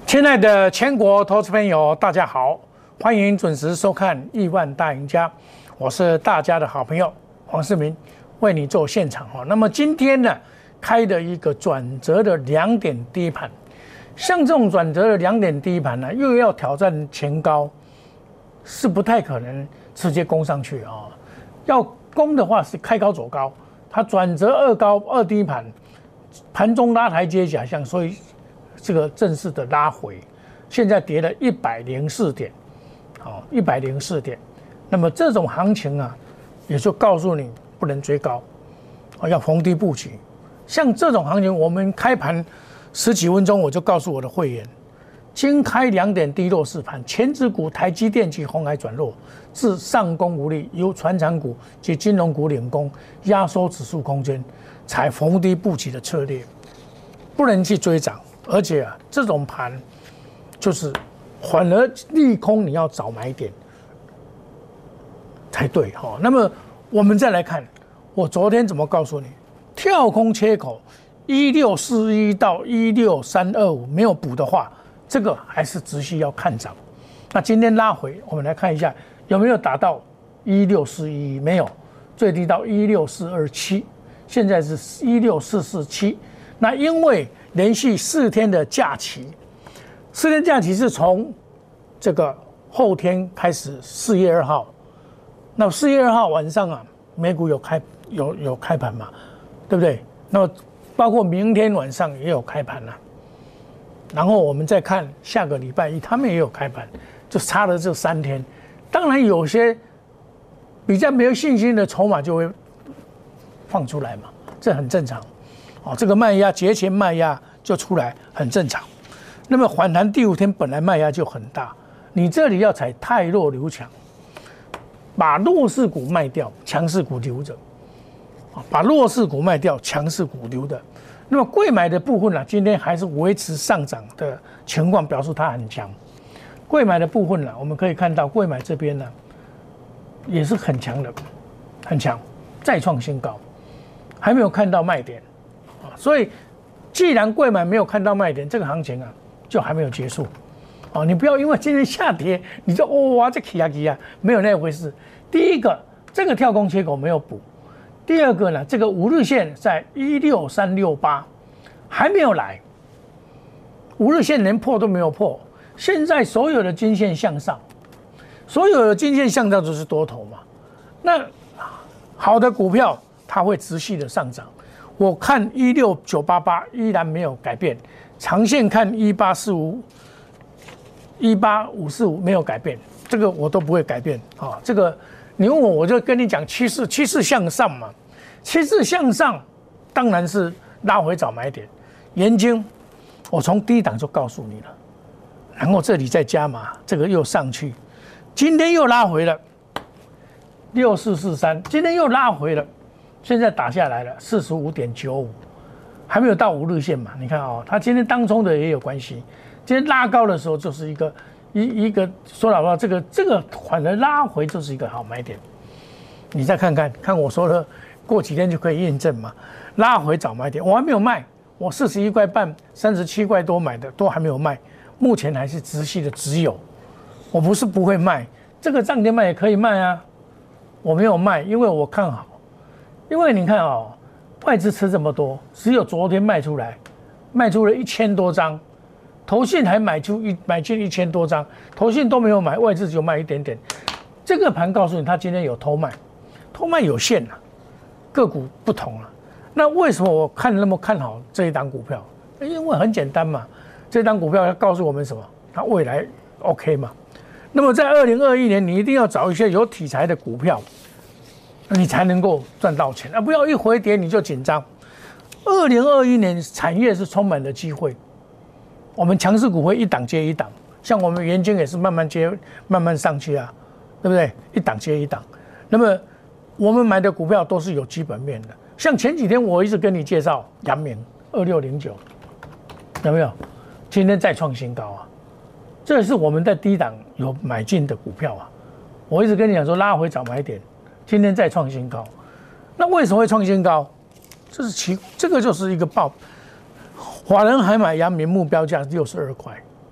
亲爱的全国投资朋友，大家好，欢迎准时收看《亿万大赢家》，我是大家的好朋友黄世明，为你做现场哈。那么今天呢，开的一个转折的2点低盘，像这种转折的2点低盘呢，又要挑战前高，是不太可能直接攻上去啊。要攻的话是开高走高，它转折2高2低盘，盘中拉台阶假象，所以这个正式的拉回，现在跌了104点，好，104点。那么这种行情啊，也就告诉你不能追高，要逢低布局。像这种行情，我们开盘10几分钟，我就告诉我的会员，今开2点低弱势盘，前指股台积电及鸿海转弱，至上攻无力，由传产股及金融股领攻，压缩指数空间，采逢低布局的策略，不能去追涨。而且啊，这种盘就是反而利空，你要早买点才对哈。那么我们再来看，我昨天怎么告诉你？跳空切口1641到16325没有补的话，这个还是持续要看涨。那今天拉回，我们来看一下有没有达到16411，没有，最低到16427，现在是16447。那因为连续4天的假期，4天假期是从这个后天开始，4月2号。那4月2号晚上啊，美股有开盘嘛，对不对？那么包括明天晚上也有开盘啦。然后我们再看下个礼拜一，他们也有开盘，就差了这3天。当然有些比较没有信心的筹码就会放出来嘛，这很正常。哦，这个卖压节前卖压就出来，很正常。那么反弹第5天本来卖压就很大，你这里要采汰弱留强，把弱势股卖掉，强势股留着。把弱势股卖掉，强势股留的。那么贵买的部分呢，今天还是维持上涨的情况，表示它很强。贵买的部分呢，我们可以看到贵买这边呢也是很强的，很强，再创新高，还没有看到卖点。所以，既然贵买没有看到卖点，这个行情啊就还没有结束。哦，你不要因为今天下跌，你就哇这起啊，没有那回事。第一个，这个跳空切口没有补；第二个呢，这个5日线在16368还没有来，5日线连破都没有破。现在所有的均线向上，所有的均线向上就是多头嘛。那好的股票它会持续的上涨。我看16988依然没有改变，长线看18545没有改变，这个我都不会改变啊。这个你问我，我就跟你讲趋势向上嘛，趋势向上当然是拉回早买点。元晶，我从低档就告诉你了，然后这里再加码，这个又上去，今天又拉回了6443，今天又拉回了。现在打下来了45.95，还没有到5日线嘛？你看哦，它今天当冲的也有关系。今天拉高的时候就是一个说老实话，这个反而拉回就是一个好买点。你再看我说的，过几天就可以验证嘛。拉回早买点，我还没有卖，我41块半、37块多买的都还没有卖，目前还是持续的持有。我不是不会卖，这个涨停卖也可以卖啊，我没有卖，因为我看好。因为你看哦，外资吃这么多，只有昨天卖出了1000多张，投信还买进1000多张，投信都没有买，外资就卖一点点。这个盘告诉你，他今天有偷卖有限了，个股不同了。那为什么我那么看好这一档股票？因为很简单嘛，这档股票要告诉我们什么？它未来 OK 嘛。那么在2021年，你一定要找一些有题材的股票。你才能够赚到钱，不要一回跌你就紧张。2021年产业是充满了机会，我们强势股会一档接一档，像我们元晶也是慢慢上去啊，对不对？一档接一档。那么我们买的股票都是有基本面的，像前几天我一直跟你介绍阳明2609，有没有？今天再创新高啊，这是我们在低档有买进的股票啊。我一直跟你讲说拉回早买点。今天再创新高，那为什么会创新高？这个就是一个法人还买阳明目标价62块，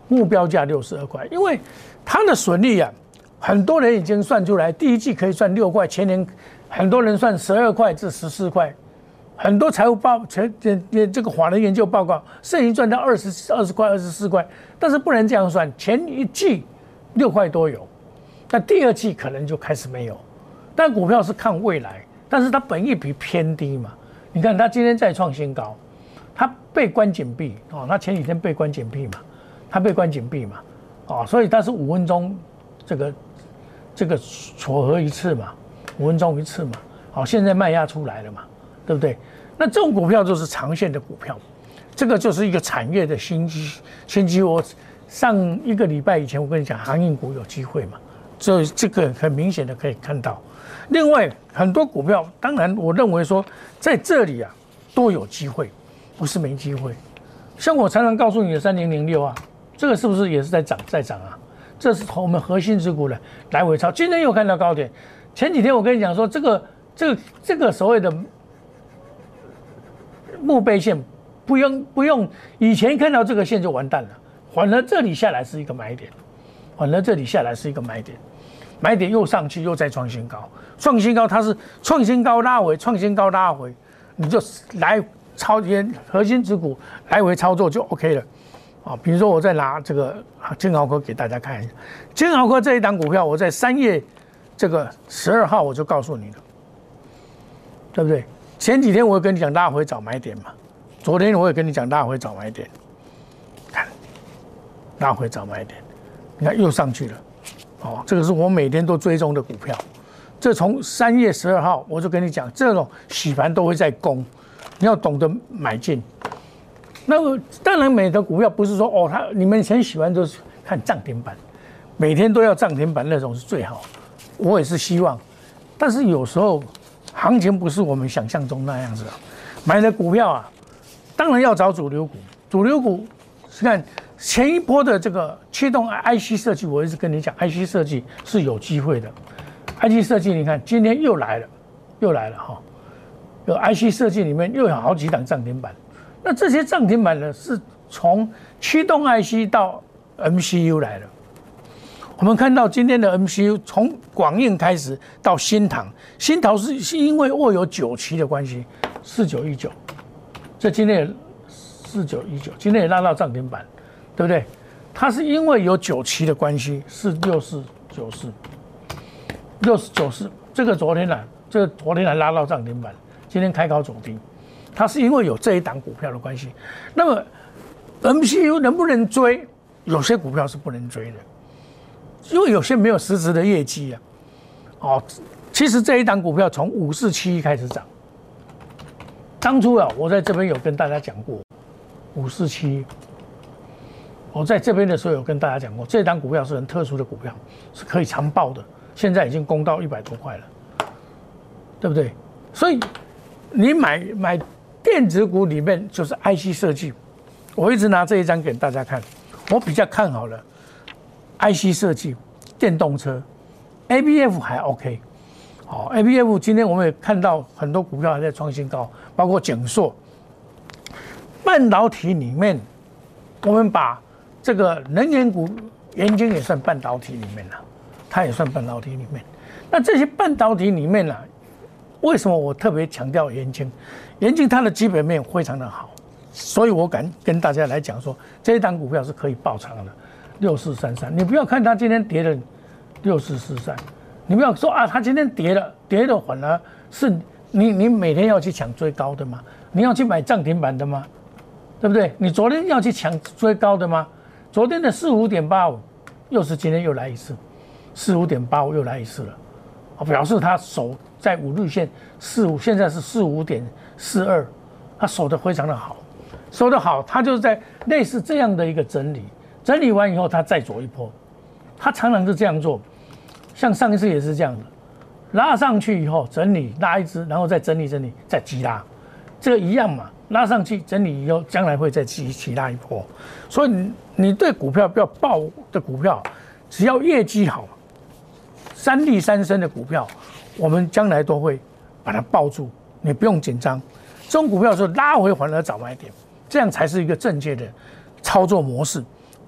目标价62块，因为它的损益啊，很多人已经算出来，第一季可以赚6块，前年很多人算12块至14块，很多财务这个法人研究报告，甚至赚到20块、24块，但是不能这样算，前一季6块多有，那第二季可能就开始没有，但股票是看未来，但是它本益比偏低嘛，你看它今天再创新高，它被关紧闭哦，它前几天被关紧闭嘛，它被关紧闭嘛，哦，所以它是5分钟这个撮合一次嘛，5分钟一次嘛，好，现在卖压出来了嘛，对不对？那这种股票就是长线的股票，这个就是一个产业的新机。我上一个礼拜以前我跟你讲，航运股有机会嘛，所以这个很明显的可以看到。另外很多股票，当然我认为说在这里啊都有机会，不是没机会。像我常常告诉你的3006啊，这个是不是也是在涨啊？这是从我们核心持股的来回抄，今天又看到高点。前几天我跟你讲说，这个所谓的墓碑线，不用，以前看到这个线就完蛋了，反而这里下来是一个买点，买点又上去又再创新高，创新高它是创新高拉回，你就来抄核心持股来回操作就 OK 了。啊，比如说我再拿这个金豪科给大家看一下，金豪科这一档股票，我在3月这个12号我就告诉你了，对不对？前几天我也跟你讲拉回找买点嘛，昨天我也跟你讲拉回找买点，看拉回找买点，你看又上去了，哦，这个是我每天都追踪的股票，这从3月12号我就跟你讲，这种洗盘都会在攻，你要懂得买进。那么当然，每个股票不是说哦，你们以前喜欢都是看涨停板，每天都要涨停板那种是最好，我也是希望，但是有时候行情不是我们想象中那样子啊。买的股票啊，当然要找主流股，主流股看前一波的这个驱动 IC 设计，我一直跟你讲 IC 设计是有机会的 ，IC 设计你看今天又来了哈，有 IC 设计里面又有好几档涨停板。那这些涨停板呢，是从驱动 IC 到 MCU 来的。我们看到今天的 MCU 从广印开始到新唐是因为握有9期的关系，4919，这今天也4919，今天也拉到涨停板，对不对？它是因为有9期的关系，是6494，这个昨天还拉到涨停板，今天开高走低。它是因为有这一档股票的关系，那么 MCU 能不能追？有些股票是不能追的，因为有些没有实质的业绩啊。哦，其实这一档股票从5471开始涨，当初啊，我在这边有跟大家讲过5471，我在这边的时候有跟大家讲过，这一档股票是很特殊的股票，是可以长抱的，现在已经攻到100多块了，对不对？所以你买电子股里面就是 IC 设计，我一直拿这一张给大家看，我比较看好了 IC 设计、电动车 ，ABF 还 OK， 好 ，ABF 今天我们也看到很多股票还在创新高，包括景硕。半导体里面，我们把这个能源股，元晶也算半导体里面了，它也算半导体里面。那这些半导体里面呢？为什么我特别强调元晶？元晶它的基本面非常的好，所以我敢跟大家来讲说，这一档股票是可以爆仓的，6433。你不要看它今天跌了6443，你不要说啊，它今天跌了反而是你每天要去抢追高的吗？你要去买涨停板的吗？对不对？你昨天要去抢追高的吗？昨天的45.85，又是今天又来一次，45.85又来一次了。表示它守在5日线45，现在是45.42，它守得非常的好，它就是在类似这样的一个整理完以后，它再走一波，它常常是这样做，像上一次也是这样的，拉上去以后整理拉一支，然后再整理再急拉，这个一样嘛，拉上去整理以后，将来会再急拉一波，所以你对股票不要抱的股票，只要业绩好。3利3升的股票，我们将来都会把它抱住，你不用紧张。这种股票是拉回反而找买点，这样才是一个正确的操作模式，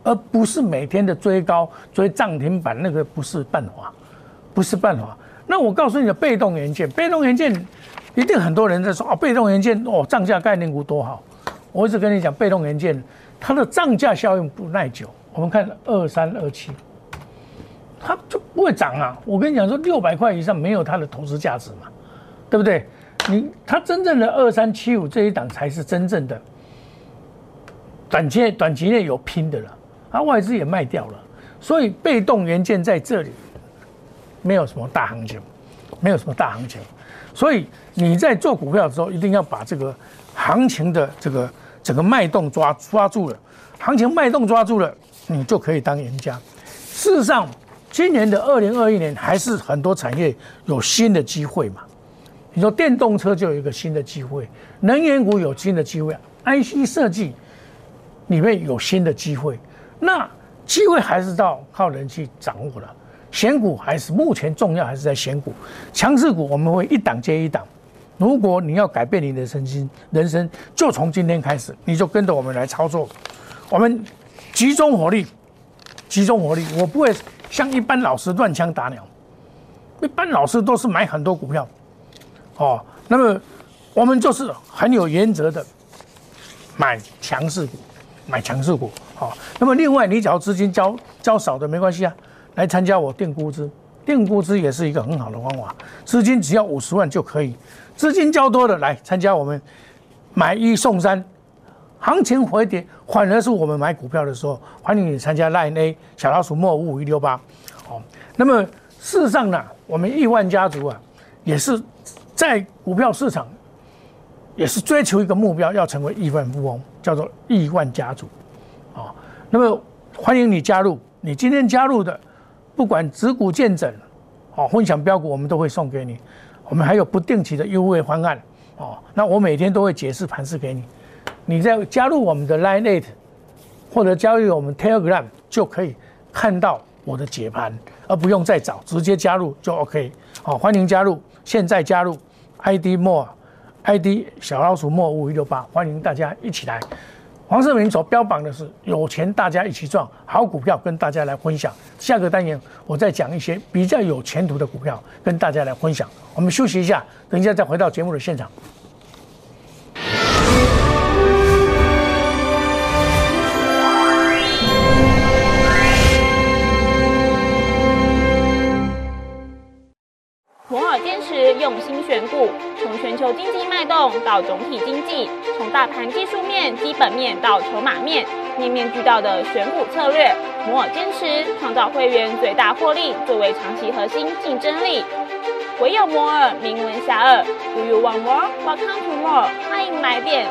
而不是每天的追高、追涨停板，那个不是办法，不是办法。那我告诉你的被动元件，被动元件一定很多人在说被动元件涨价概念股多好。我一直跟你讲，被动元件它的涨价效应不耐久。我们看2327，它就不会涨啊。我跟你讲说，600块以上没有它的投资价值嘛，对不对？它真正的2375这一档才是真正的短期内有拼的了，外资也卖掉了，所以被动元件在这里没有什么大行情，没有什么大行情。所以你在做股票的时候，一定要把这个行情的这个整个脉动抓住了，行情脉动抓住了，你就可以当赢家。事实上，今年的2021年还是很多产业有新的机会嘛。你说电动车就有一个新的机会，能源股有新的机会 ，IC 设计里面有新的机会。那机会还是靠人去掌握了。选股还是目前重要，还是在选股。强势股我们会一档接一档。如果你要改变你的人生，就从今天开始，你就跟着我们来操作。我们集中火力，集中火力。我不会像一般老师乱枪打鸟，一般老师都是买很多股票，那么我们就是很有原则的买强势股，买强势股。那么另外你只要资金交少的没关系啊。来参加我定估值，定估值也是一个很好的方法，资金只要50万就可以。资金较多的来参加我们买1送3，行情回跌反而是我们买股票的时候，欢迎你参加 Line A 小老鼠莫55168。那么事实上呢，我们亿万家族也是在股票市场也是追求一个目标，要成为亿万富翁，叫做亿万家族。那么欢迎你加入，你今天加入的。不管持股见证，分享标股，我们都会送给你。我们还有不定期的优惠方案，那我每天都会解释盘势给你。你在加入我们的 Line 或者加入我们 Telegram 就可以看到我的解盘，而不用再找，直接加入就 OK。欢迎加入，现在加入 ID 小老鼠莫55168，欢迎大家一起来。黄世明所标榜的是有钱大家一起赚，好股票跟大家来分享。下个单元我再讲一些比较有前途的股票跟大家来分享。我们休息一下，等一下再回到节目的现场。 摩尔坚持用心选股，从全球经济脉动到总体经济，从大盘技术面、基本面到筹码面，面面俱到的选股策略。摩尔坚持创造会员最大获利作为长期核心竞争力。唯有摩尔名闻遐迩。Do you want more? Welcome to more。欢迎来电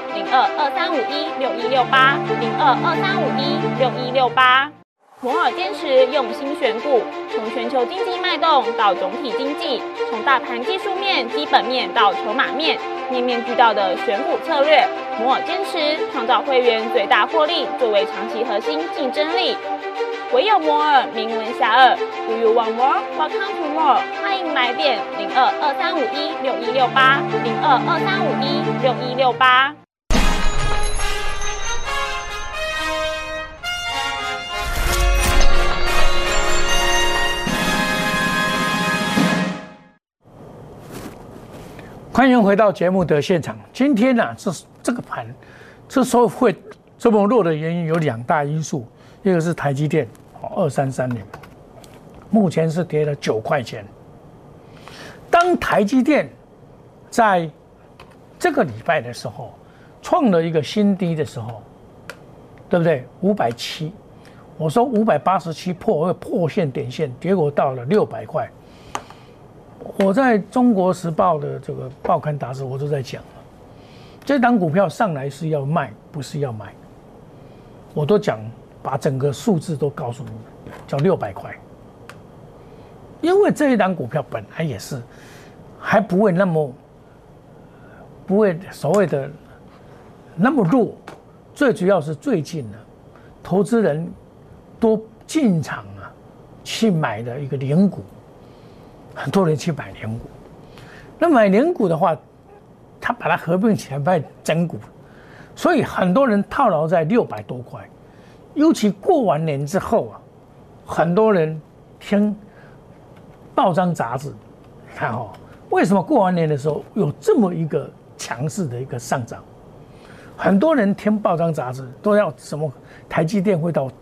0223516168，0223516168。摩尔坚持用心选股，从全球经济脉动到总体经济，从大盘技术面、基本面到筹码面，面面俱到的选股策略。摩尔坚持创造会员最大获利作为长期核心竞争力。唯有摩尔名闻遐迩。Do you want more? Welcome to more。欢迎来电0223516168，0223516168。 欢迎回到节目的现场。今天这个盘之所以会这么弱的原因有2大因素，一个是台积电2330，目前是跌了9块钱。当台积电在这个礼拜的时候创了一个新低的时候，对不对？570，我说587会破线点线，结果到了600块。我在中国时报的这个报刊杂志我都在讲了，这档股票上来是要卖，不是要买。我都讲，把整个数字都告诉你们，叫600块。因为这一档股票本来也是还不会所谓的那么弱，最主要是最近呢，投资人都进场去买的一个零股。很多人去买联股，那买联股的话，他把它合并起来卖整股，所以很多人套牢在600多块， 尤其过完年之后啊，很多人听报章杂志，看哈，为什么过完年的时候有这么一个强势的一个上涨？很多人听报章杂志都要什么台积电会到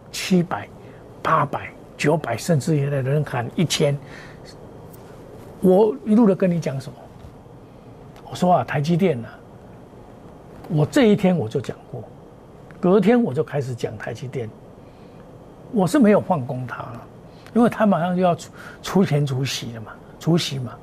700、800、900，甚至有的人喊1000。我一路的跟你讲什么？我说啊，台积电啊，我这一天我就讲过，隔天我就开始讲台积电，我是没有放空它了，因为它马上就要出钱除息了嘛，除息嘛。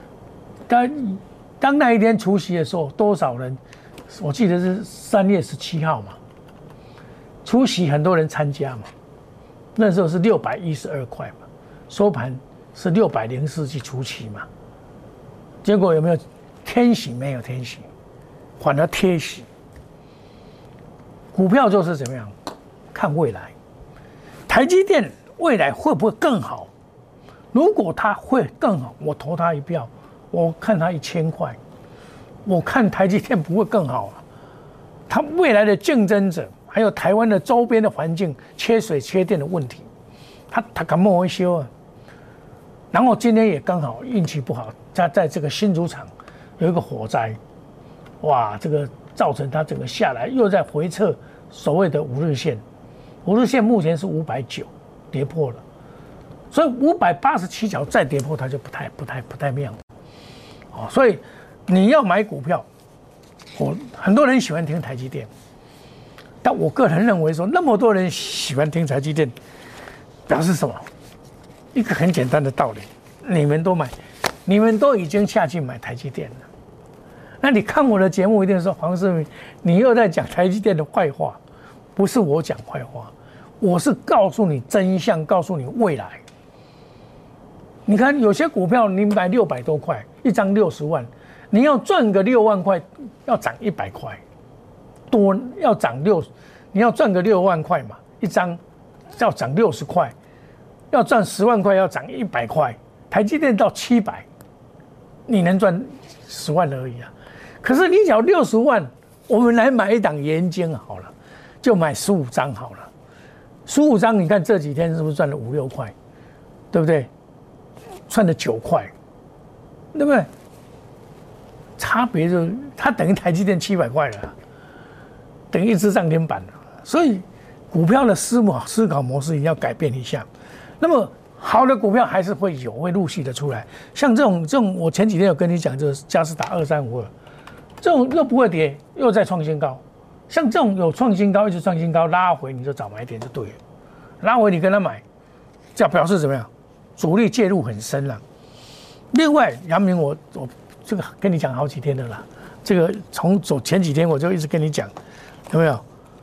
当那一天除息的时候，多少人？我记得是3月17号嘛，除息很多人参加嘛，那时候是612块嘛，收盘是604去除息嘛，结果有没有天喜？没有天喜，反而贴息。股票就是怎么样？看未来，台积电未来会不会更好？如果它会更好，我投它一票，我看它1000块。我看台积电不会更好啊，它未来的竞争者，还有台湾的周边的环境缺水缺电的问题，它敢不维修啊？然后今天也刚好运气不好，在这个新竹厂有一个火灾，哇，这个造成它整个下来又在回测所谓的5日线，5日线目前是590，跌破了，所以587角再跌破它就不太妙，哦，所以。你要买股票，很多人喜欢听台积电，但我个人认为说，那么多人喜欢听台积电，表示什么？一个很简单的道理，你们都已经下去买台积电了。那你看我的节目一定说黄世明，你又在讲台积电的坏话，不是我讲坏话，我是告诉你真相，告诉你未来。你看有些股票你买600多块，一张60万。你要赚个6万块，要涨100块，多要涨你要赚个6万块嘛，一张要涨60块，要赚10万块要涨100块。台积电到700，你能赚10万而已啊。可是你只要60万，我们来买一档元晶好了，就买15张好了。15张，你看这几天是不是赚了5、6块，对不对？赚了9块，对不对？差别就是它等于台积电700块了，等于一只涨停板了。所以股票的思考模式一定要改变一下。那么好的股票还是会陆续的出来，像这种我前几天有跟你讲，就是嘉士达2352，这种又不会跌，又在创新高。像这种有创新高，一直创新高，拉回你就早买点就对了。拉回你跟他买，这样表示怎么样？主力介入很深了。另外，阳明我这个跟你讲好几天的啦，这个从前几天我就一直跟你讲，有没有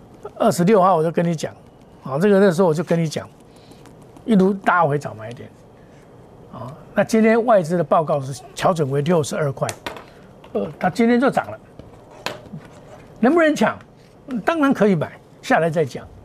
？26号我就跟你讲，好，这个那时候我就跟你讲，一路拉回早买点，啊，那今天外资的报告是调整为62块，它今天就涨了，能不能抢？当然可以买，下来再讲，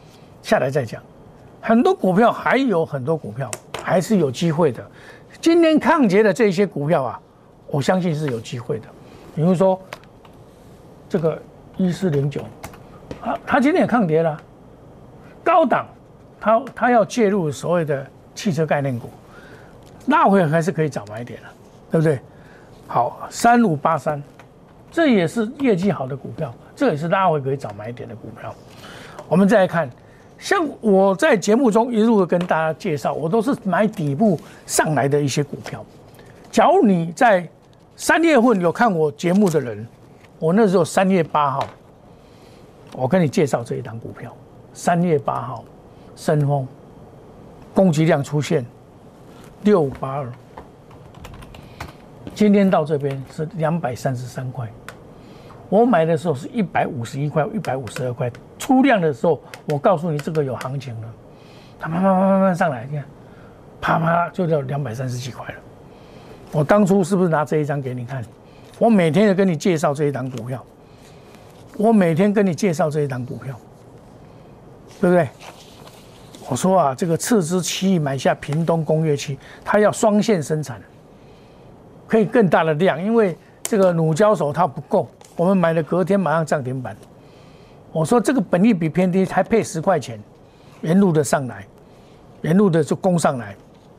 很多股票还有很多股票还是有机会的，今天抗跌的这些股票啊。我相信是有机会的，比如说这个1409，它今天也抗跌了，高档，它要介入所谓的汽车概念股，拉回还是可以早买点的，对不对？好，3583，这也是业绩好的股票，这也是拉回可以早买点的股票。我们再来看，像我在节目中一路的跟大家介绍，我都是买底部上来的一些股票。假如你在3月份有看我节目的人，我那时候3月8号，我跟你介绍这一档股票。3月8号，深丰，供给量出现6582，今天到这边是233块。我买的时候是151块、152块，出量的时候，我告诉你这个有行情了，它慢慢上来，你看，啪啪就到230几块了。我当初是不是拿这一张给你看？我每天也跟你介绍这一档股票，对不对？我说啊，这个斥资7亿买下屏东工业区，它要双线生产，可以更大的量，因为这个乳胶手套不够，我们买了隔天马上涨停板。 我说这个本益比偏低，还配10块钱，沿路的上来，沿路的就攻上来。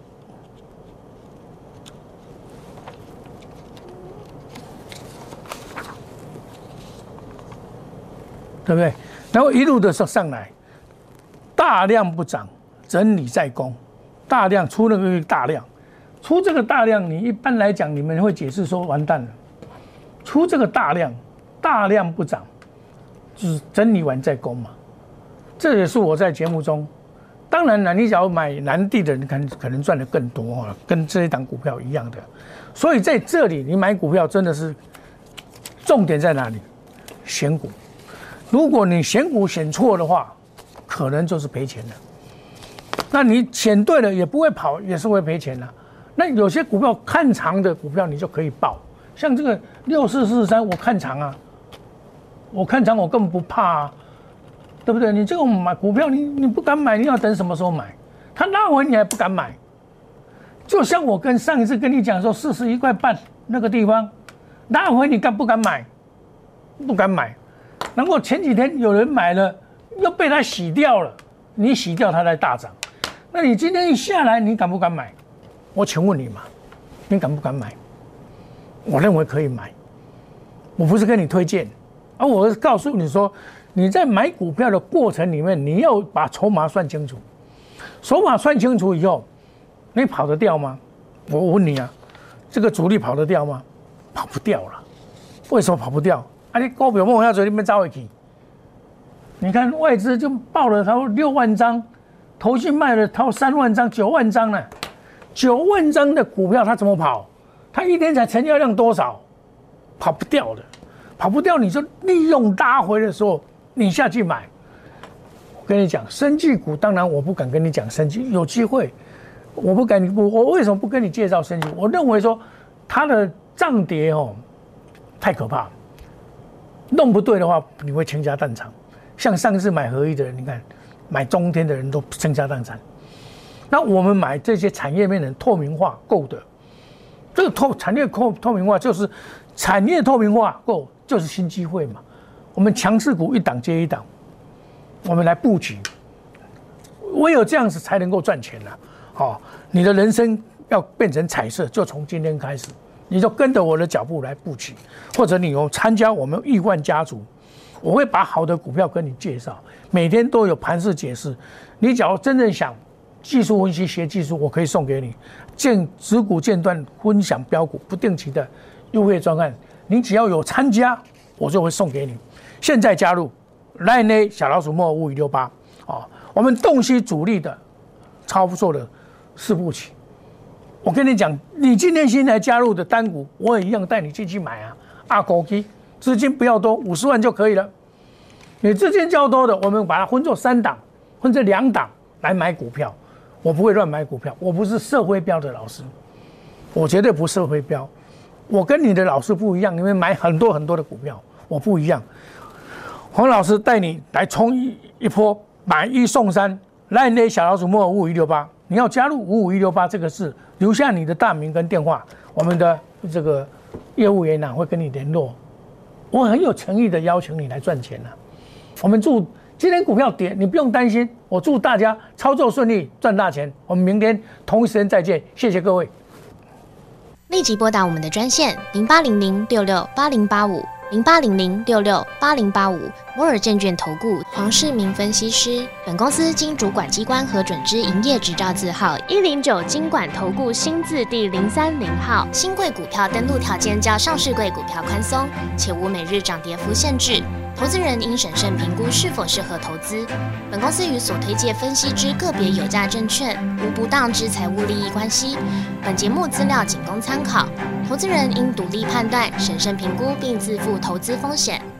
对不对？然后一路的上来，大量不涨，整理再攻，大量出那个大量，出这个大量，你一般来讲你们会解释说完蛋了，出这个大量不涨，就是整理完再攻嘛。这也是我在节目中，当然了，你只要买南地的人可能赚得更多啊，跟这一档股票一样的。所以在这里你买股票真的是重点在哪里？选股。如果你选股选错的话，可能就是赔钱的。那你选对了也不会跑，也是会赔钱的。那有些股票看长的股票你就可以报，像这个6443，我看长啊，我看长我根本不怕啊，对不对？你这种买股票你不敢买，你要等什么时候买？它拉回你还不敢买，就像我上一次跟你讲说41块半那个地方拉回你敢不敢买？不敢买。然后前几天有人买了，又被他洗掉了，你洗掉它才大涨。那你今天一下来，你敢不敢买？我请问你嘛，你敢不敢买？我认为可以买，我不是跟你推荐，而我是告诉你说，你在买股票的过程里面，你要把筹码算清楚，筹码算清楚以后，你跑得掉吗？我问你啊，这个主力跑得掉吗？跑不掉了，为什么跑不掉？你股票梦要在那边走回去，你看外资就报了超6万张，投信卖了超3万张、9万张了，9万张的股票它怎么跑？它一天才成交量多少？跑不掉的，跑不掉你就利用拉回的时候你下去买。我跟你讲，生技股当然我不敢跟你讲生技，有机会我不敢，我为什么不跟你介绍生技？我认为说它的涨跌太可怕了。弄不对的话，你会倾家荡产。像上次买合一的人，你看买中天的人都倾家荡产。那我们买这些产业面的透明化够的，这个产业透明化就是产业透明化够，就是新机会嘛。我们强势股一档接一档，我们来布局，唯有这样子才能够赚钱了。好，你的人生要变成彩色，就从今天开始。你就跟着我的脚步来布局，或者你有参加我们亿万家族，我会把好的股票跟你介绍，每天都有盘势解释。你只要真正想技术分析学技术，我可以送给你指股间断分享标股不定期的优惠专案，你只要有参加，我就会送给你。现在加入 LINE@ 小老鼠5558我们洞悉主力的操作的4步棋。我跟你讲，你今天新来加入的单股，我也一样带你进去买啊。枸杞资金不要多，50万就可以了。你资金较多的，我们把它分作3档，分这2档来买股票。我不会乱买股票，我不是社会标的老师，我绝对不社会标。我跟你的老师不一样，你们买很多很多的股票，我不一样。黄老师带你来冲一波，买1送3，来那小老鼠5568。你要加入55168这个是留下你的大名跟电话，我们的这个业务员会跟你联络。我很有诚意的邀请你来赚钱我们祝今天股票跌，你不用担心。我祝大家操作顺利，赚大钱。我们明天同一时间再见，谢谢各位。 立即拨打我们的专线0800668085。0800668085，摩尔证券投顾黄世明分析师。本公司经主管机关核准之营业执照字号109金管投顾新字第030号。新贵股票登录条件较上市贵股票宽松，且无每日涨跌幅限制。投资人应审慎评估是否适合投资。本公司与所推介分析之个别有价证券无不当之财务利益关系。本节目资料仅供参考，投资人应独立判断、审慎评估并自负投资风险。